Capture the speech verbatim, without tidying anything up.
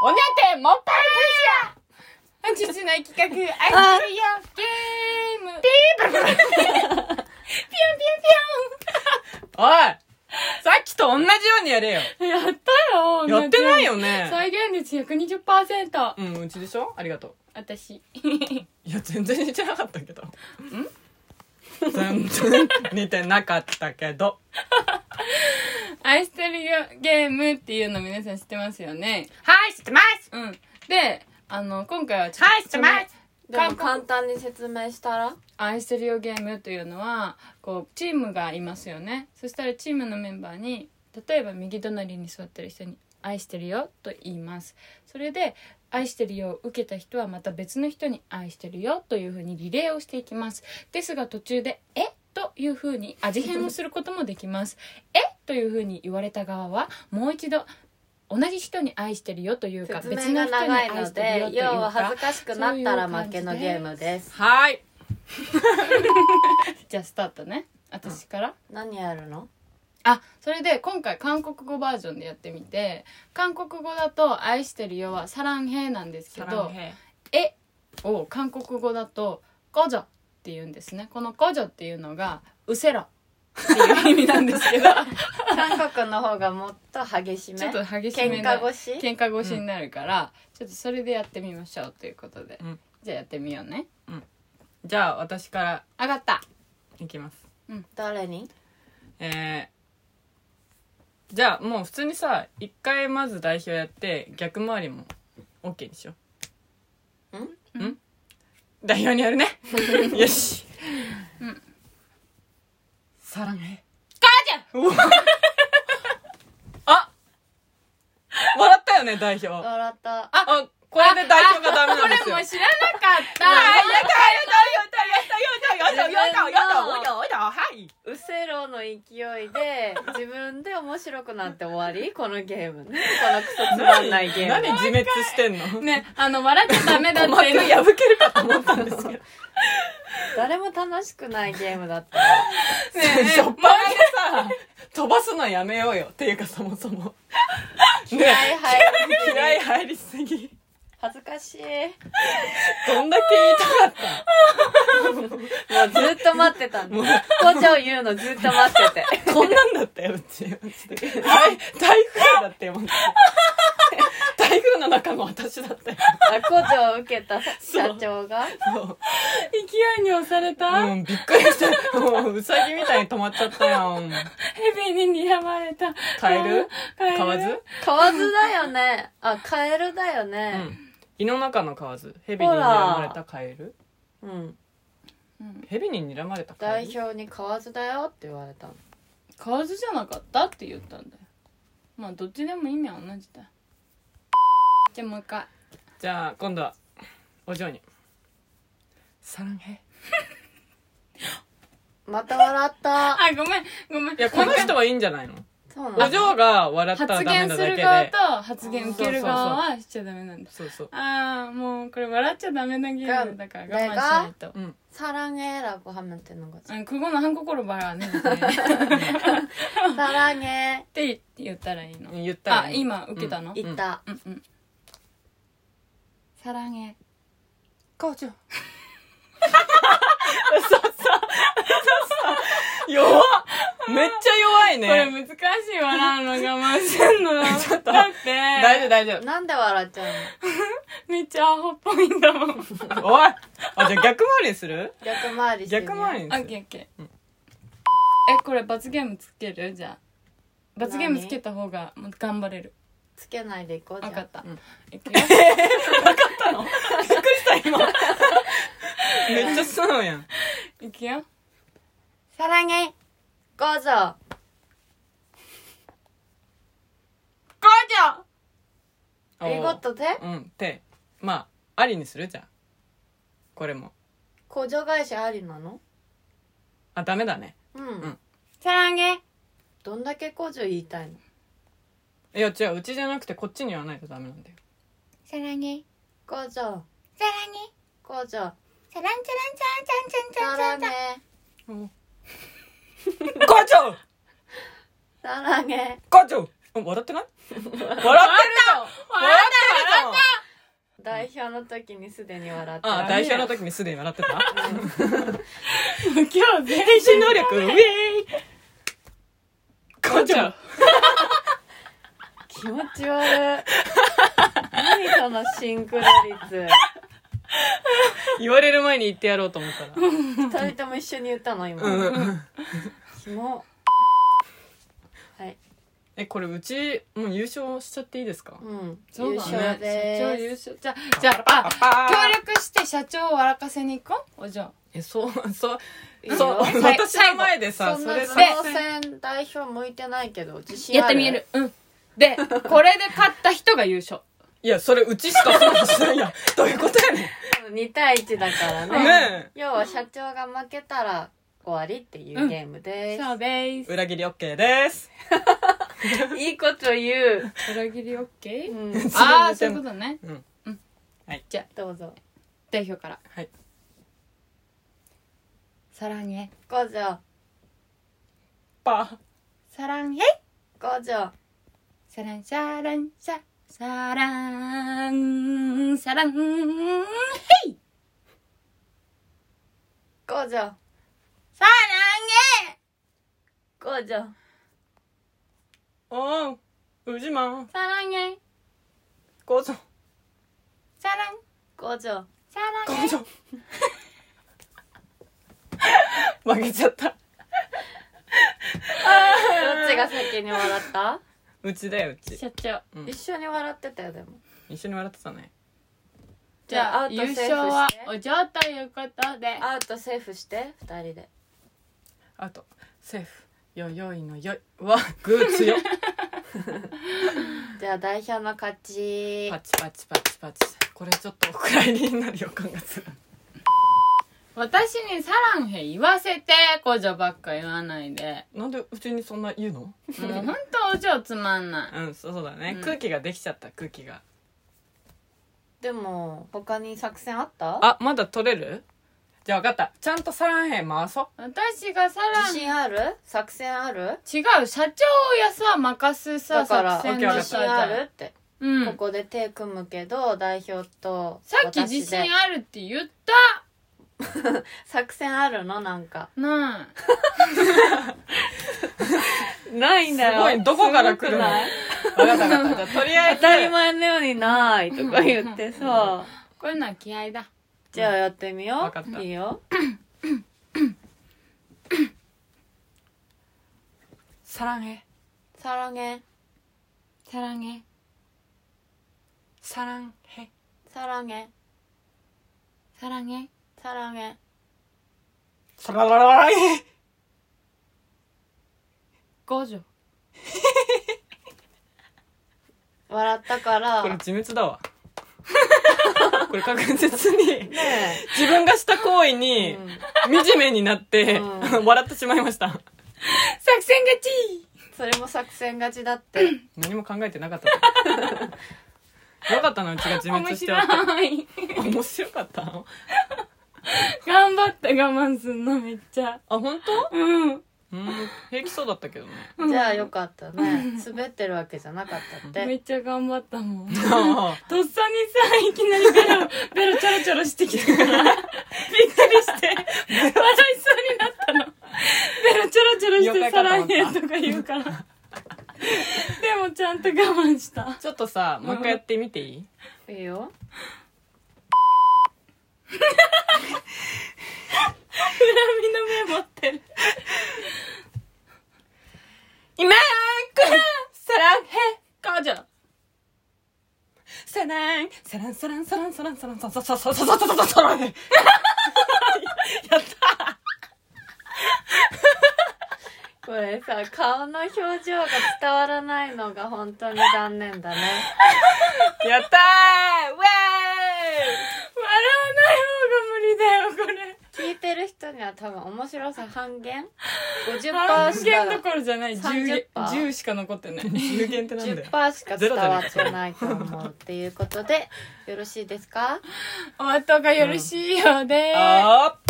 おにゃてもっぱいプリシア本日の企画、アイスクリアゲームピーピヨンピヨンピヨンおいさっきと同じようにやれよ。 やったよ。 やってないよね。 再現率 ひゃくにじゅっパーセント。 うん、うちでしょ。ありがとう。 私。 いや、全然似てなかったけど。ん全然似てなかったけど。 愛してるよゲームっていうの皆さん知ってますよね。 はい、知ってます。 うん。で、あの、今回はちょっと。 はい、知ってます。 でも簡単に説明したら愛してるよゲームというのはこうチームがいますよね。そしたらチームのメンバーに例えば右隣に座ってる人に愛してるよと言います。それで愛してるよを受けた人はまた別の人に愛してるよというふうにリレーをしていきます。ですが途中でえというふうに味変をすることもできますえというふうに言われた側はもう一度同じ人に愛してるよというか説明が長いので要は恥ずかしくなったら負けのゲームです。 はい。 じゃあスタートね。私から。 何やるの？ あ、それで今回韓国語バージョンでやってみて、韓国語だと愛してるよはサランヘなんですけど、えを韓国語だとコジョって言うんですね。このコジョっていうのがうせろっていう意味なんですけど韓国の方がもっと激しめ、 ちょっと激しめな喧嘩腰喧嘩腰になるから、うん、ちょっとそれでやってみましょうということで、 うん、 じゃあやってみようね、 うん、じゃあ私から上がったいきます、 うん、 誰にえー、じゃあもう普通にさ一回まず代表やって逆回りも OK にしよう。んん代表にやるねよし、 うん、 サランヘ母ちゃんあ笑ったよね代表。 笑った。 ああこれで代表がダメなんですよ。 これも知らなかったやったやったやったやったやったやったやったやったはい。 うせろの勢いで自分で面白くなって終わりこのゲームね。このクソつまんないゲーム。 何自滅してんのね、あの笑っちゃダメだって鼓膜破けるかと思ったんですけど誰も楽しくないゲームだったよ。 ねえしょっぱなでさ飛ばすのやめようよっていうかそもそも気合入り気合入りすぎ。 恥ずかしい。 どんだけ言いたかったもうずっと待ってたんだ。校長言うのずっと待ってて。 こんなんだったようち。台台風だってよ。台風の中の私だったよ。 あ、校長を受けた社長がそう勢いに押された、 うん、びっくりした。もううさぎみたいに止まっちゃったよ。 ヘビに睨まれた。 カエルカエル河津河津だよね。あ、カエルだよね。 うん胃の中の河津。ヘビに睨まれたカエル。 うん。 ヘビに睨まれたカエル。 代表に河津だよって言われたの。 河津じゃなかったって言ったんだよ。まあどっちでも意味は同じだよ。じゃあもう一回。 じゃあ今度はお嬢に。サランヘ。 また笑った。 あ、ごめんごめん。 いやこの人はいいんじゃないの？ そうなんお嬢が笑ったら発ダメ言するなだけで。 側と発言受ける側はしちゃダメなんです。 そうそう。 ああもうこれ笑っちゃダメなゲームだから我慢しないと。 うん。 사랑해라고 하면 되는 거지. 응, 그거는 한국어로 말 안 해도 돼. 사랑해. って言ったらいいの。 言ったらあ、今受けたの？ 있다. 응, 응. 사랑해. 꺼져. 弱っめっちゃ弱いね。 これ難しい笑うの我慢すんの。 ちょっとだって大丈夫大丈夫。 なんで笑っちゃうの？ めっちゃアホっぽいんだもん。 おいあ、じゃあ逆回りにする？ 逆回りしてみよう。 逆回りにする。 オッケーオッケー。え、これ罰ゲームつける？じゃあ罰ゲームつけた方がもう頑張れる。 つけないでいこうじゃん。 分かった。 うん、 いくよ。 分かったの？びっくりした今。めっちゃ素直やん。 いくよ。 사랑해. 꺼져. 꺼져. 이것도 돼? 응, 돼. まあありにするじゃん。これも。 고조返しありなの？ あ、ダメだね。 うん。 うん。 사랑해. どんだけ고조言いたいの？ いや違う、うちじゃなくてこっちに言わないとダメなんだよ。 사랑해. 꺼져. 사랑해. 꺼져. 사랑사랑사랑사랑사랑. 사랑해. 어. 꺼져! 사랑해. 꺼져! 어, 笑ってない？笑ってるじゃん。笑ってるじゃん。 時にすでに笑ってる。 ああ代表の時にすでに笑ってた。 今日全変身能力ウェイこちゃ気持ち悪い。何そのシンクロ率。 言われる前に言ってやろうと思ったら二人とも一緒に言ったの今。 うんキモ。はい。 えこれうちもう優勝しちゃっていいですか？ うん。 そうだね優勝で社長ーす。 優勝じゃあじゃああ協力して社長を笑かせに行こうお嬢えそうそういいよそう最私の前でさそんな当それさ選代表向いてないけど自信ある。 やってみるうんでこれで勝った人が優勝いやそれうちしかそうしないやんどういうことやねに対いちだからんね。 ね要は社長が負けたら終わりっていうゲームです。 そうでえす裏切り OK ですいいこと言う。 裏切り OK？ うん。 ああそういうことねうんうんはいじゃあどうぞ。 代表からはいサランヘゴジョパサランヘゴジョサランシャランシャサランサランヘイゴジョサランヘゴジョおううじまんサランヘこうぞサランゴジョサランヘこうぞ負けちゃったどっちが先に笑った？ うちだようち社長うん一緒に笑ってたよでも。 一緒に笑ってたねじゃあアウト優セーフ勝はしてお嬢ということでアウトセーフして二人で。 あとセーフよよいのよいうわグー強っじゃあ代表の勝ち。 パチパチパチパチこれちょっとお蔵入りになる予感がする私にサランヘ言わせて古女ばっか言わないでなんでうちにそんな言うの？ もうほんとお嬢つまんないうんそうそうだね、 うん空気ができちゃった空気がでも他に作戦あった？ あまだ取れる？じゃあ分かったちゃんとサランヘ回そう私がサラン自信ある？作戦ある？ 違う社長やさ任すさだから作戦だった自じゃん信あるって。 うんここで手組むけど代表とさっき自信私であるって言っ作戦あるのなんかたなないんだよ。 すごいどこから来るの？ すごくない？ 分かった分かったじゃあとりあえず当たり前のようにないとか言ってさ。 いこういうのは気合だじゃあやってみよう。 わかったいいよ。 サランヘサラゲサランヘサランヘサラゲサランヘサラゲサララランヘ五女笑ったからこれ自滅だわこれ確実にね自分がした行為にえ、うん惨めになって、 う笑ってしまいました作戦勝ちそれも作戦勝ちだって何も考えてなかったとよかったなうちが自滅面してやった白い面白かったの頑張って我慢すんのめっちゃあ本うん当うん平気そうだったけどねじゃあよかったね滑ってるわけじゃなかったってめっちゃ頑張ったもんとっあさにさいきなりベロベロチョロチョロしてきたからびっくりして笑いそうになったのベロチョロチョロしてサランヘとか言うからでもちゃんと我慢したちょっとさもう一回やってみていい？ いいよ恨みの目持ってる今からサランヘカージャサランサランサランサランサランサランサランサランサランサランサランサランサランやったこれさ顔の表情が伝わらないのが本当に残念だねやったーウェーイ笑わない方が無理だよこれ聞いてる人には多分面白さ半減 ごじゅっパーセント し半減どころじゃないさんじゅっパーセントじゅうしか残ってない有限ってなんだよじゅっパーセント しか伝わってないと思うっていうことでよろしいですか？ お後がよろしいようで、 あー